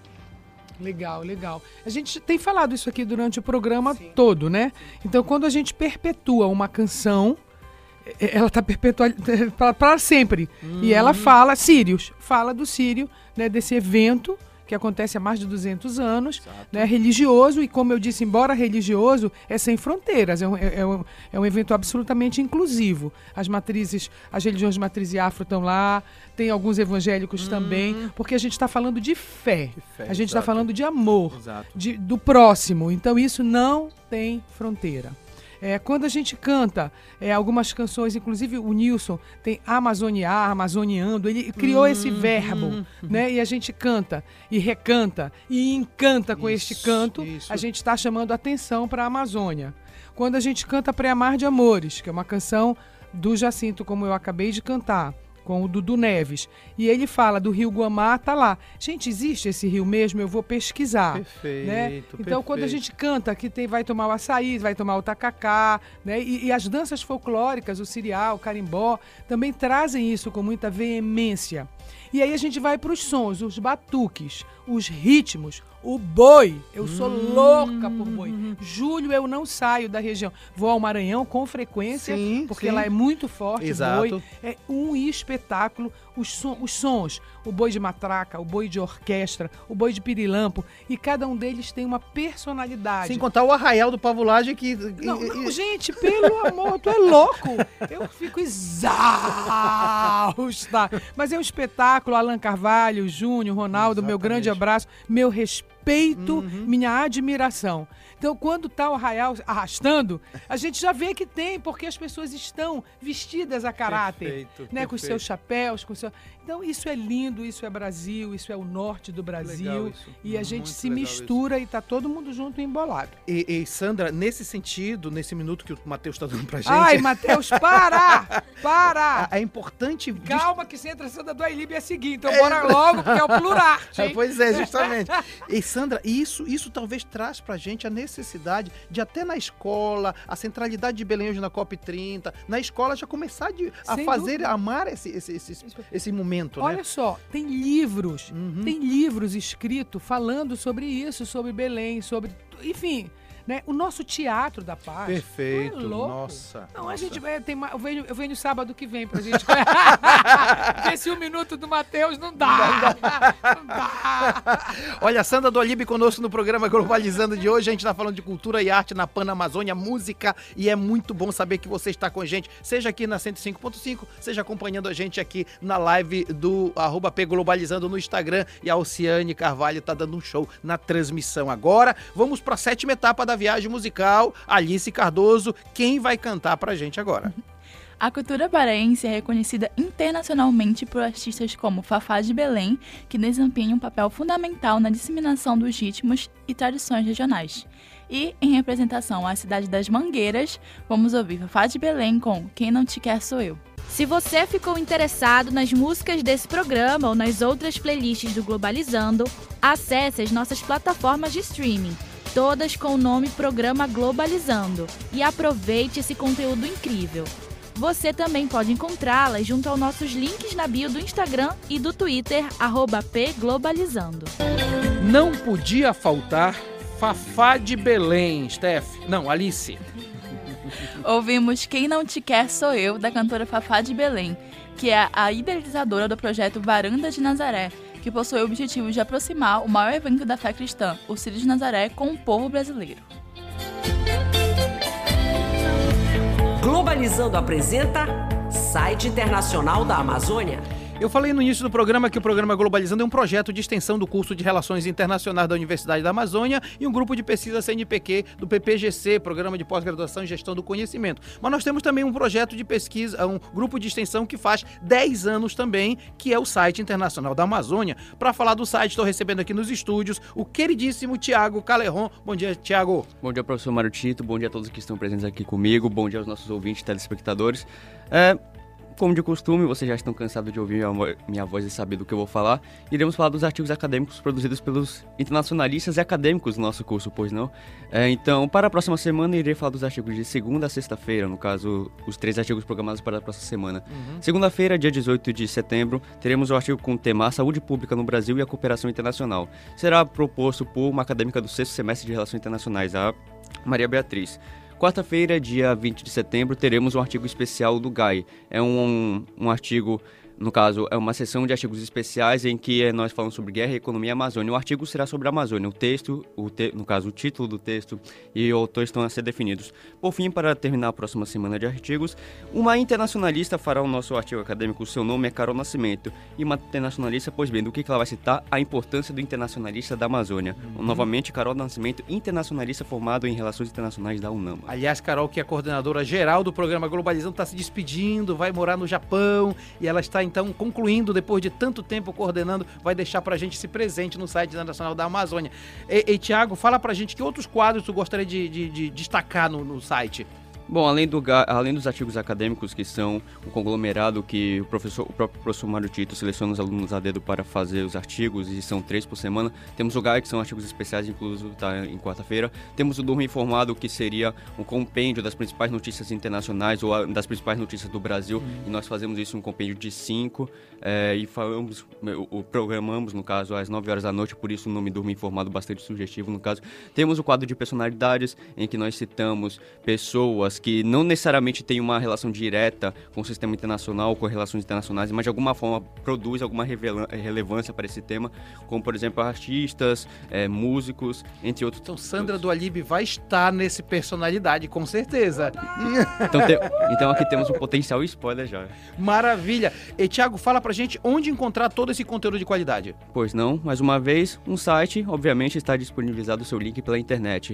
F: Legal, legal. A gente tem falado isso aqui durante o programa todo, né? Então, quando a gente perpetua uma canção, ela está perpetuada para sempre. E ela fala, Sírios, fala do Sírio, né, desse evento que acontece há mais de 200 anos, né, religioso, e como eu disse, embora religioso, é sem fronteiras, é um evento absolutamente inclusivo. As religiões de matriz afro estão lá, tem alguns evangélicos também, porque a gente está falando de fé, a gente está falando de amor, do próximo, então isso não tem fronteira. Quando a gente canta algumas canções, inclusive o Nilson tem amazoniar, amazoniando, ele criou esse verbo, né? E a gente canta e recanta e encanta com este canto, a gente está chamando atenção para a Amazônia. Quando a gente canta Pré-Amar de Amores, que é uma canção do Jacinto, como eu acabei de cantar, com o Dudu Neves, e ele fala do Rio Guamá, tá lá. Gente, existe esse rio mesmo? Eu vou pesquisar. Perfeito, né? Então, quando a gente canta, que vai tomar o açaí, vai tomar o tacacá, né? E as danças folclóricas, o siriá, o carimbó, também trazem isso com muita veemência. E aí a gente vai para os sons, os batuques, os ritmos, o boi. Eu sou louca por boi. Julho eu não saio da região. Vou ao Maranhão com frequência, porque lá é muito forte.
B: Exato.
F: O boi. É um espetáculo. Os sons, o boi de matraca, o boi de orquestra, o boi de pirilampo, e cada um deles tem uma personalidade.
B: Sem contar o arraial do Pavulagem que...
F: Não, gente, pelo amor, tu é louco. Eu fico exausta. Mas é um espetáculo. Alan Carvalho, Júnior, Ronaldo, meu grande abraço, meu respeito, minha admiração. Então, quando está o arraial arrastando, a gente já vê que tem, porque as pessoas estão vestidas a caráter, né? Com seus chapéus, com seu... Então, isso é lindo, isso é Brasil, isso é o norte do Brasil. E a gente se mistura e está todo mundo junto e embolado.
B: E, Sandra, nesse sentido, nesse minuto que o Matheus está dando pra gente...
F: Ai, Matheus, para! Para!
B: É importante...
F: Calma que se entra a Sandra do Alibe é seguinte, então bora logo, porque é o plurarte.
B: Pois é, justamente. E, Sandra, isso talvez traz pra gente a necessidade de até na escola, a centralidade de Belém hoje na COP30, na escola já começar a amar esse momento,
F: Olha
B: né?
F: só, tem livros escritos falando sobre isso, sobre Belém, sobre... Enfim, né? O nosso Teatro da Paz.
B: Perfeito,
F: não é louco?
B: nossa.
F: Não, a gente eu venho sábado que vem pra gente... Esse 1 minuto do Matheus não dá. Não dá.
B: Olha, Sandra do Alibe conosco no programa Globalizando de hoje. A gente está falando de cultura e arte na Panamazônia, música, e é muito bom saber que você está com a gente, seja aqui na 105.5, seja acompanhando a gente aqui na live do @pglobalizando no Instagram, e a Alciane Carvalho está dando um show na transmissão. Agora, vamos para a 7ª etapa da viagem musical. Alice Cardoso, quem vai cantar pra gente agora?
C: A cultura paraense é reconhecida internacionalmente por artistas como Fafá de Belém, que desempenham um papel fundamental na disseminação dos ritmos e tradições regionais. E, em representação à cidade das Mangueiras, vamos ouvir Fafá de Belém com Quem Não Te Quer Sou Eu.
G: Se você ficou interessado nas músicas desse programa ou nas outras playlists do Globalizando, acesse as nossas plataformas de streaming, todas com o nome Programa Globalizando, e aproveite esse conteúdo incrível. Você também pode encontrá-las junto aos nossos links na bio do Instagram e do Twitter, @pglobalizando.
B: Não podia faltar Fafá de Belém, Steph. Não, Alice.
C: Ouvimos Quem Não Te Quer Sou Eu, da cantora Fafá de Belém, que é a idealizadora do projeto Varanda de Nazaré, que possui o objetivo de aproximar o maior evento da fé cristã, o Círio de Nazaré, com o povo brasileiro.
A: Globalizando apresenta Site Internacional da Amazônia.
B: Eu falei no início do programa que o programa Globalizando é um projeto de extensão do curso de Relações Internacionais da Universidade da Amazônia e um grupo de pesquisa CNPq do PPGC, Programa de Pós-Graduação em Gestão do Conhecimento. Mas nós temos também um projeto de pesquisa, um grupo de extensão que faz 10 anos também, que é o Site Internacional da Amazônia. Para falar do site, estou recebendo aqui nos estúdios o queridíssimo Tiago Calerron. Bom dia, Tiago.
L: Bom dia, professor Mário Tito. Bom dia a todos que estão presentes aqui comigo. Bom dia aos nossos ouvintes e telespectadores. Como de costume, vocês já estão cansados de ouvir minha voz e saber do que eu vou falar. Iremos falar dos artigos acadêmicos produzidos pelos internacionalistas e acadêmicos do nosso curso, pois não? Então, para a próxima semana, irei falar dos artigos de segunda a sexta-feira, no caso, os 3 artigos programados para a próxima semana. Segunda-feira, dia 18 de setembro, teremos o artigo com o tema Saúde Pública no Brasil e a Cooperação Internacional. Será proposto por uma acadêmica do 6º semestre de Relações Internacionais, a Maria Beatriz. Quarta-feira, dia 20 de setembro, teremos um artigo especial do GAI. É um artigo, no caso, é uma sessão de artigos especiais em que nós falamos sobre guerra e economia Amazônia. O artigo será sobre a Amazônia. O texto, no caso, o título do texto e o autor estão a ser definidos. Por fim, para terminar a próxima semana de artigos, uma internacionalista fará o nosso artigo acadêmico. O seu nome é Carol Nascimento. E uma internacionalista, pois bem, do que ela vai citar? A importância do internacionalista da Amazônia. Novamente, Carol Nascimento, internacionalista formado em Relações Internacionais da UNAMA.
B: Aliás, Carol, que é a coordenadora geral do programa Globalizando, está se despedindo, vai morar no Japão e ela está então concluindo, depois de tanto tempo coordenando, vai deixar pra gente esse presente no site Internacional da Amazônia. E Tiago, fala pra gente que outros quadros tu gostaria de destacar no site?
L: Bom, além dos artigos acadêmicos, que são um conglomerado que o próprio professor Mário Tito seleciona os alunos a dedo para fazer os artigos, e são 3 por semana. Temos o GAI, que são artigos especiais, incluso tá em quarta-feira. Temos o Durma Informado, que seria um compêndio das principais notícias internacionais ou das principais notícias do Brasil, e nós fazemos isso um compêndio de 5, e programamos, no caso, às 9 horas da noite, por isso o nome Durma Informado bastante sugestivo, no caso. Temos o quadro de personalidades, em que nós citamos pessoas que não necessariamente têm uma relação direta com o sistema internacional, com relações internacionais, mas de alguma forma produz alguma relevância para esse tema, como, por exemplo, artistas, músicos, entre outros.
B: Então, Sandra do Alibe vai estar nesse personalidade, com certeza.
L: Então aqui temos um potencial spoiler já.
B: Maravilha. E, Thiago, fala pra gente onde encontrar todo esse conteúdo de qualidade.
L: Pois não, mais uma vez, um site, obviamente, está disponibilizado o seu link pela internet,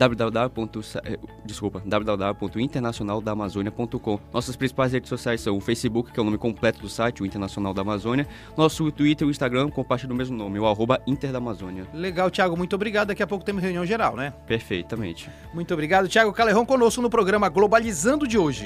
L: www.internacionaldamazônia.com. Nossas principais redes sociais são o Facebook, que é o nome completo do site, o Internacional da Amazônia, nosso Twitter e o Instagram compartilham o mesmo nome, o @InterDaMazônia.
B: Legal, Thiago, muito obrigado. Daqui a pouco temos reunião geral, né?
L: Perfeitamente.
B: Muito obrigado, Tiago Calerron, conosco no programa Globalizando de hoje.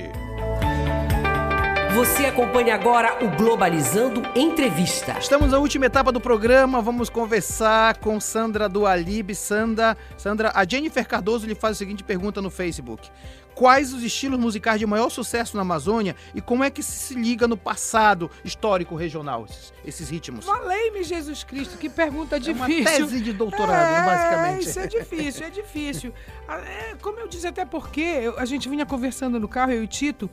A: Você acompanha agora o Globalizando Entrevista.
B: Estamos na última etapa do programa, vamos conversar com Sandra do Alibe. Sandra, a Jennifer Cardoso lhe faz a seguinte pergunta no Facebook. Quais os estilos musicais de maior sucesso na Amazônia e como é que se liga no passado histórico regional, esses ritmos?
F: Valei-me Jesus Cristo, que pergunta difícil.
B: É uma tese de doutorado, basicamente.
F: Isso é difícil. Como eu disse, até porque a gente vinha conversando no carro, eu e Tito,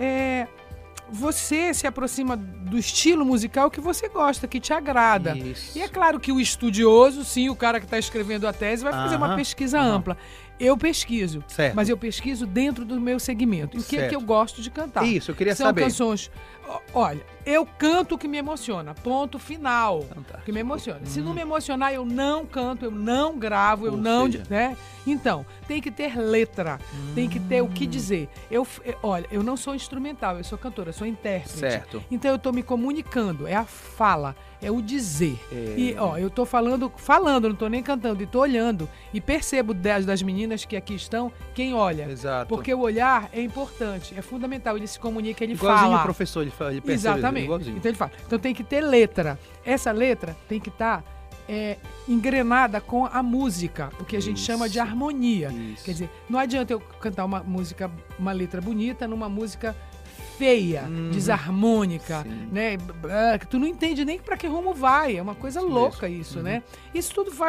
F: você se aproxima do estilo musical que você gosta, que te agrada. Isso. E é claro que o estudioso, sim, o cara que está escrevendo a tese, vai fazer uma pesquisa ampla. Eu pesquiso, mas eu pesquiso dentro do meu segmento. E o que é que eu gosto de cantar?
B: Isso, eu queria saber.
F: São canções... Olha, eu canto o que me emociona. Ponto final. O que me emociona. Se não me emocionar, eu não canto, eu não gravo, eu não... Né? Então, tem que ter letra. Tem que ter o que dizer. Olha, eu não sou instrumental, eu sou cantora, eu sou intérprete.
B: Certo.
F: Então, eu estou me comunicando. É a fala, é o dizer. E, eu estou falando, não estou nem cantando. E estou olhando. E percebo das meninas que aqui estão, quem olha.
B: Exato.
F: Porque o olhar é importante, é fundamental. Ele se comunica, ele
B: igualzinho
F: fala.
B: O professor, ele percebe.
F: Exatamente. Igualzinho. Então ele fala. Então tem que ter letra. Essa letra tem que estar engrenada com a música, o que a gente chama de harmonia. Isso. Quer dizer, não adianta eu cantar uma letra bonita numa música feia, desarmônica, né? Que tu não entende nem para que rumo vai. É uma coisa louca isso, né? Isso tudo faz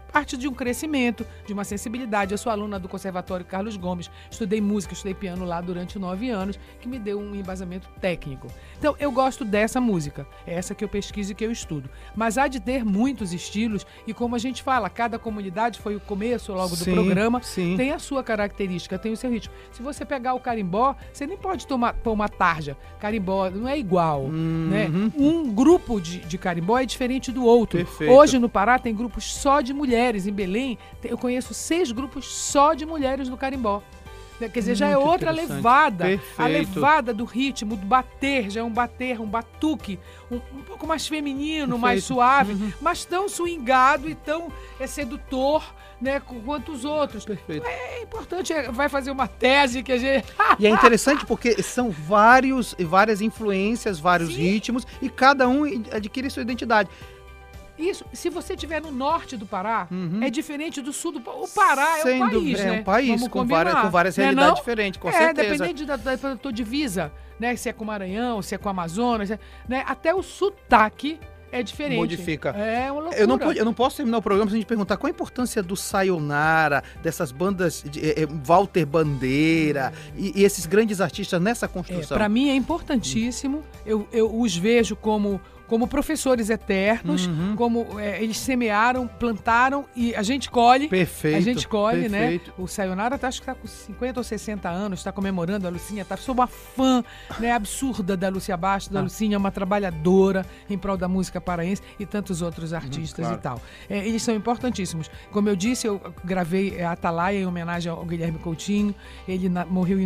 F: parte de um crescimento, de uma sensibilidade. Eu sou aluna do Conservatório Carlos Gomes, estudei música, estudei piano lá durante 9 anos, que me deu um embasamento técnico. Então, eu gosto dessa música, é essa que eu pesquiso e que eu estudo. Mas há de ter muitos estilos e, como a gente fala, cada comunidade, foi o começo logo do programa, tem a sua característica, tem o seu ritmo. Se você pegar o carimbó, você nem pode pôr uma tarja. Carimbó não é igual, né? Um grupo de carimbó é diferente do outro.
B: Perfeito.
F: Hoje no Pará tem grupos só de mulheres. Em Belém, eu conheço 6 grupos só de mulheres no carimbó. Quer dizer, já é outra levada.
B: Perfeito.
F: A levada do ritmo, do bater, já é um bater, um batuque, um pouco mais feminino, mais suave, mas tão swingado e tão sedutor, né, quanto os outros.
B: Perfeito.
F: É importante, vai fazer uma tese que a gente...
B: E é interessante porque são várias influências, vários ritmos, e cada um adquire sua identidade.
F: Isso, se você estiver no norte do Pará, é diferente do sul do Pará. O Pará é um país, né?
B: É um país com várias realidades diferentes, com certeza.
F: Dependendo da tua divisa, né? Se é com o Maranhão, se é com o Amazonas, né? Até o sotaque é diferente.
B: Modifica.
F: É uma loucura.
B: Eu não posso terminar o programa sem a gente perguntar qual a importância do Sayonara, dessas bandas, Walter Bandeira e esses grandes artistas nessa construção.
F: Para mim é importantíssimo. Eu os vejo como professores eternos, como eles semearam, plantaram e a gente colhe.
B: Perfeito.
F: A gente colhe,
B: perfeito.
F: Né? O Sayonara acho que está com 50 ou 60 anos, está comemorando a Lucinha. Sou uma fã, né, absurda da Lúcia Bastos. A Lucinha é uma trabalhadora em prol da música paraense e tantos outros artistas
B: claro.
F: E tal. Eles são importantíssimos. Como eu disse, eu gravei Atalaia em homenagem ao Guilherme Coutinho. Ele morreu em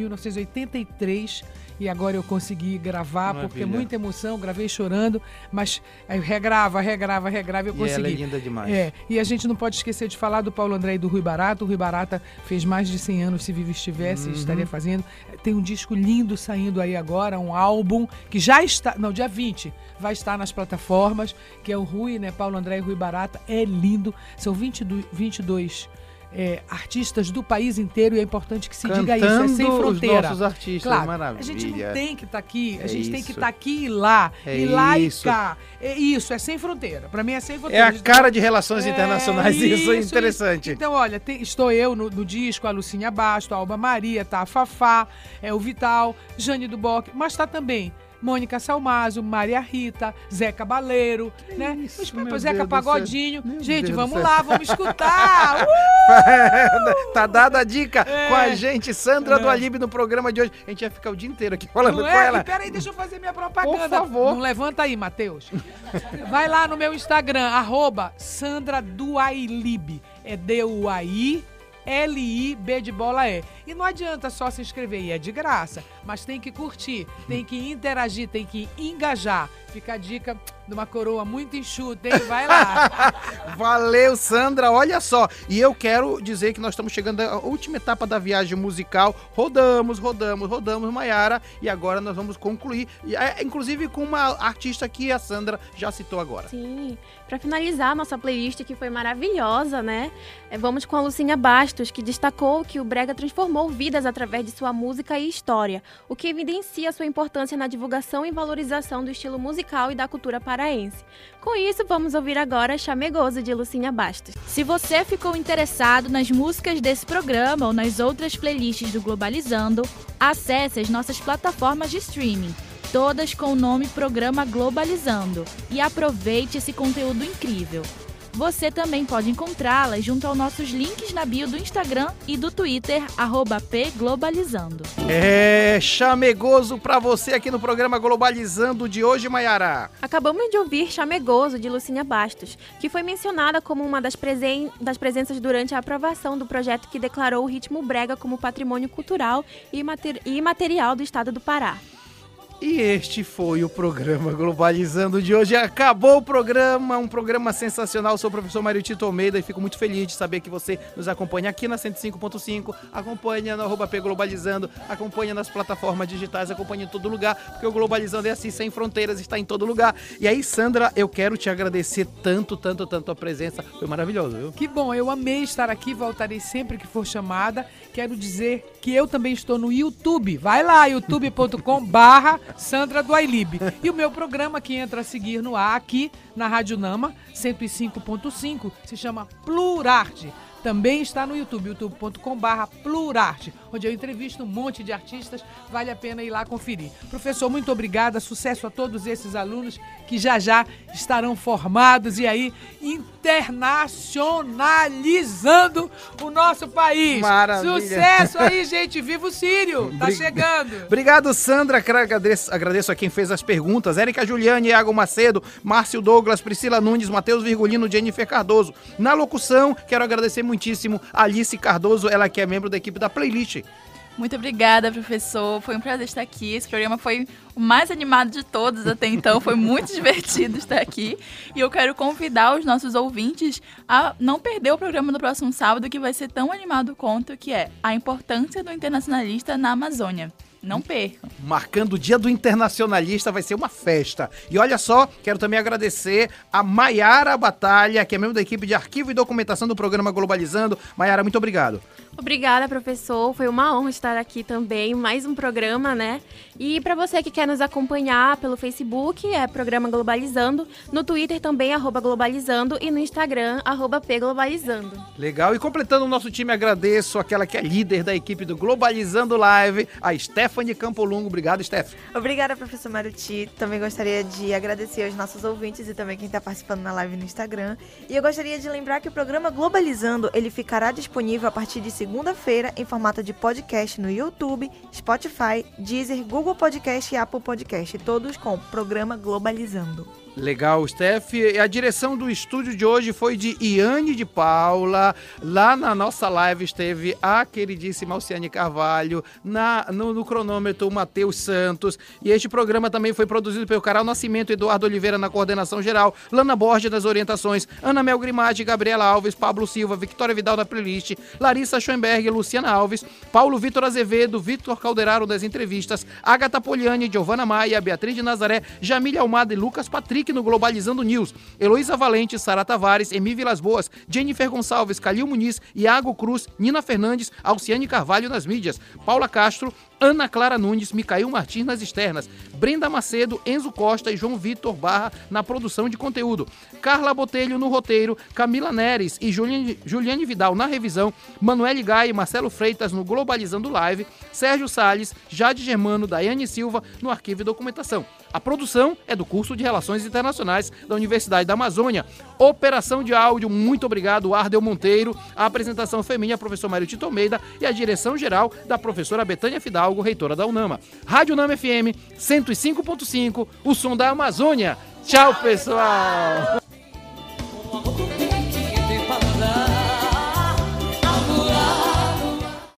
F: 1983. E agora eu consegui gravar, porque é muita emoção, gravei chorando, mas regrava, eu consegui.
B: E ela é linda demais.
F: E a gente não pode esquecer de falar do Paulo André e do Rui Barata. O Rui Barata fez mais de 100 anos, se vivo estivesse, estaria fazendo. Tem um disco lindo saindo aí agora, um álbum que já está, dia 20, vai estar nas plataformas, que é o Rui, né, Paulo André e Rui Barata. É lindo, são 22 artistas do país inteiro e é importante que se diga isso, é sem fronteira.
B: Os nossos artistas,
F: claro,
B: maravilha.
F: A gente não tem que estar aqui, a gente tem que
B: isso.
F: estar aqui e lá, e lá
B: isso.
F: e cá. É isso, é sem fronteira. Pra mim é sem fronteira.
B: É a cara de relações internacionais, isso é interessante.
F: Então, olha, estou eu no disco, a Lucinha Bastos, a Alba Maria, tá a Fafá, o Vital, Jane do Bock, mas tá também Mônica Salmazo, Maria Rita, Zé Cabaleiro, né? Zeca Pagodinho. Gente, vamos lá, vamos escutar!
B: Tá dada a dica com a gente, Sandra do Alibe, no programa de hoje. A gente vai ficar o dia inteiro aqui falando com ela.
F: Peraí, deixa eu fazer minha propaganda.
B: Por favor.
F: Não levanta aí, Matheus. Vai lá no meu Instagram, @Sandra Duailibe. É D-U-A-I L-I-B de bola E. E não adianta só se inscrever, e é de graça. Mas tem que curtir, tem que interagir, tem que engajar. Fica a dica de uma coroa muito enxuta, hein? Vai lá.
B: Valeu, Sandra. Olha só. E eu quero dizer que nós estamos chegando à última etapa da viagem musical. Rodamos, Maiara. E agora nós vamos concluir. Inclusive com uma artista que a Sandra já citou agora.
D: Sim. Para finalizar a nossa playlist, que foi maravilhosa, né? Vamos com a Lucinha Bastos, que destacou que o brega transformou vidas através de sua música e história, o que evidencia sua importância na divulgação e valorização do estilo musical e da cultura paraense. Com isso, vamos ouvir agora Chamegoso, de Lucinha Bastos.
G: Se você ficou interessado nas músicas desse programa ou nas outras playlists do Globalizando, acesse as nossas plataformas de streaming, todas com o nome Programa Globalizando, e aproveite esse conteúdo incrível. Você também pode encontrá-las junto aos nossos links na bio do Instagram e do Twitter, @pglobalizando.
B: Chamegoso pra você aqui no programa Globalizando de hoje, Maiara.
D: Acabamos de ouvir Chamegoso, de Lucinha Bastos, que foi mencionada como uma das presenças durante a aprovação do projeto que declarou o ritmo brega como patrimônio cultural e imaterial do estado do Pará.
B: E este foi o programa Globalizando de hoje. Acabou o programa, um programa sensacional. Sou o professor Mário Tito Almeida e fico muito feliz de saber que você nos acompanha aqui na 105.5, acompanha no @pglobalizando, acompanha nas plataformas digitais, acompanha em todo lugar, porque o Globalizando é assim, sem fronteiras, está em todo lugar. E aí, Sandra, eu quero te agradecer tanto a presença. Foi maravilhoso, viu?
F: Que bom, eu amei estar aqui, voltarei sempre que for chamada. Quero dizer que eu também estou no YouTube. Vai lá, youtube.com/ Sandra do iLib. E o meu programa que entra a seguir no ar aqui na Rádio Nama, 105.5, se chama Plurarte. Também está no YouTube, youtube.com/Plurarte, onde eu entrevisto um monte de artistas, vale a pena ir lá conferir. Professor, muito obrigada, sucesso a todos esses alunos que já estarão formados e aí internacionalizando o nosso país.
B: Maravilha.
F: Sucesso aí, gente, viva o Sírio, tá chegando.
B: Obrigado, Sandra, agradeço a quem fez as perguntas, Érica Juliane, Iago Macedo, Márcio Douglas, Priscila Nunes, Matheus Virgulino, Jennifer Cardoso. Na locução, quero agradecer muitíssimo a Alice Cardoso, ela que é membro da equipe da Playlist.
C: Muito obrigada, professor. Foi um prazer estar aqui. Esse programa foi o mais animado de todos até então. Foi muito divertido estar aqui. E eu quero convidar os nossos ouvintes a não perder o programa do próximo sábado, que vai ser tão animado quanto, que é a importância do internacionalista na Amazônia. Não percam.
B: Marcando o Dia do Internacionalista, vai ser uma festa. E olha só, quero também agradecer a Maiara Batalha, que é membro da equipe de arquivo e documentação do programa Globalizando. Maiara, muito obrigado.
D: Obrigada, professor. Foi uma honra estar aqui também. Mais um programa, né? E para você que quer nos acompanhar pelo Facebook, é Programa Globalizando. No Twitter também, @Globalizando. E no Instagram, @PGlobalizando.
B: Legal. E completando o nosso time, agradeço aquela que é líder da equipe do Globalizando Live, a Stephanie Campolungo. Obrigado, Steph.
E: Obrigada, professor Maruti. Também gostaria de agradecer aos nossos ouvintes e também quem está participando na live no Instagram. E eu gostaria de lembrar que o programa Globalizando, ele ficará disponível a partir de segunda-feira em formato de podcast no YouTube, Spotify, Deezer, Google Podcast e Apple Podcast, todos com o programa Globalizando.
B: Legal, Steph. E a direção do estúdio de hoje foi de Iane de Paula. Lá na nossa live esteve a queridíssima Alciane Carvalho. No cronômetro, o Matheus Santos. E este programa também foi produzido pelo Caral Nascimento, Eduardo Oliveira na coordenação geral, Lana Borges nas orientações, Ana Mel Grimati, Gabriela Alves, Pablo Silva, Victoria Vidal na playlist, Larissa Schoenberg, Luciana Alves, Paulo Vitor Azevedo, Vitor Calderaro das entrevistas, Agatha Poliani, Giovana Maia, Beatriz de Nazaré, Jamília Almada e Lucas Patrick no Globalizando News, Heloísa Valente, Sara Tavares, Emi Vilas Boas, Jennifer Gonçalves, Calil Muniz, Iago Cruz, Nina Fernandes, Alciane Carvalho nas mídias, Paula Castro, Ana Clara Nunes, Micael Martins nas externas, Brenda Macedo, Enzo Costa e João Vitor Barra na produção de conteúdo, Carla Botelho no roteiro, Camila Neres e Juliane Vidal na revisão, Manuele Gai e Marcelo Freitas no Globalizando Live, Sérgio Salles, Jade Germano, Daiane Silva no arquivo e documentação. A produção é do curso de Relações Internacionais da Universidade da Amazônia. Operação de áudio, muito obrigado, Ardel Monteiro. A apresentação foi minha, professor Mário Tito Almeida, e a direção geral da professora Betânia Fidalgo, reitora da UNAMA. Rádio Nama FM 105.5, o som da Amazônia. Tchau, pessoal!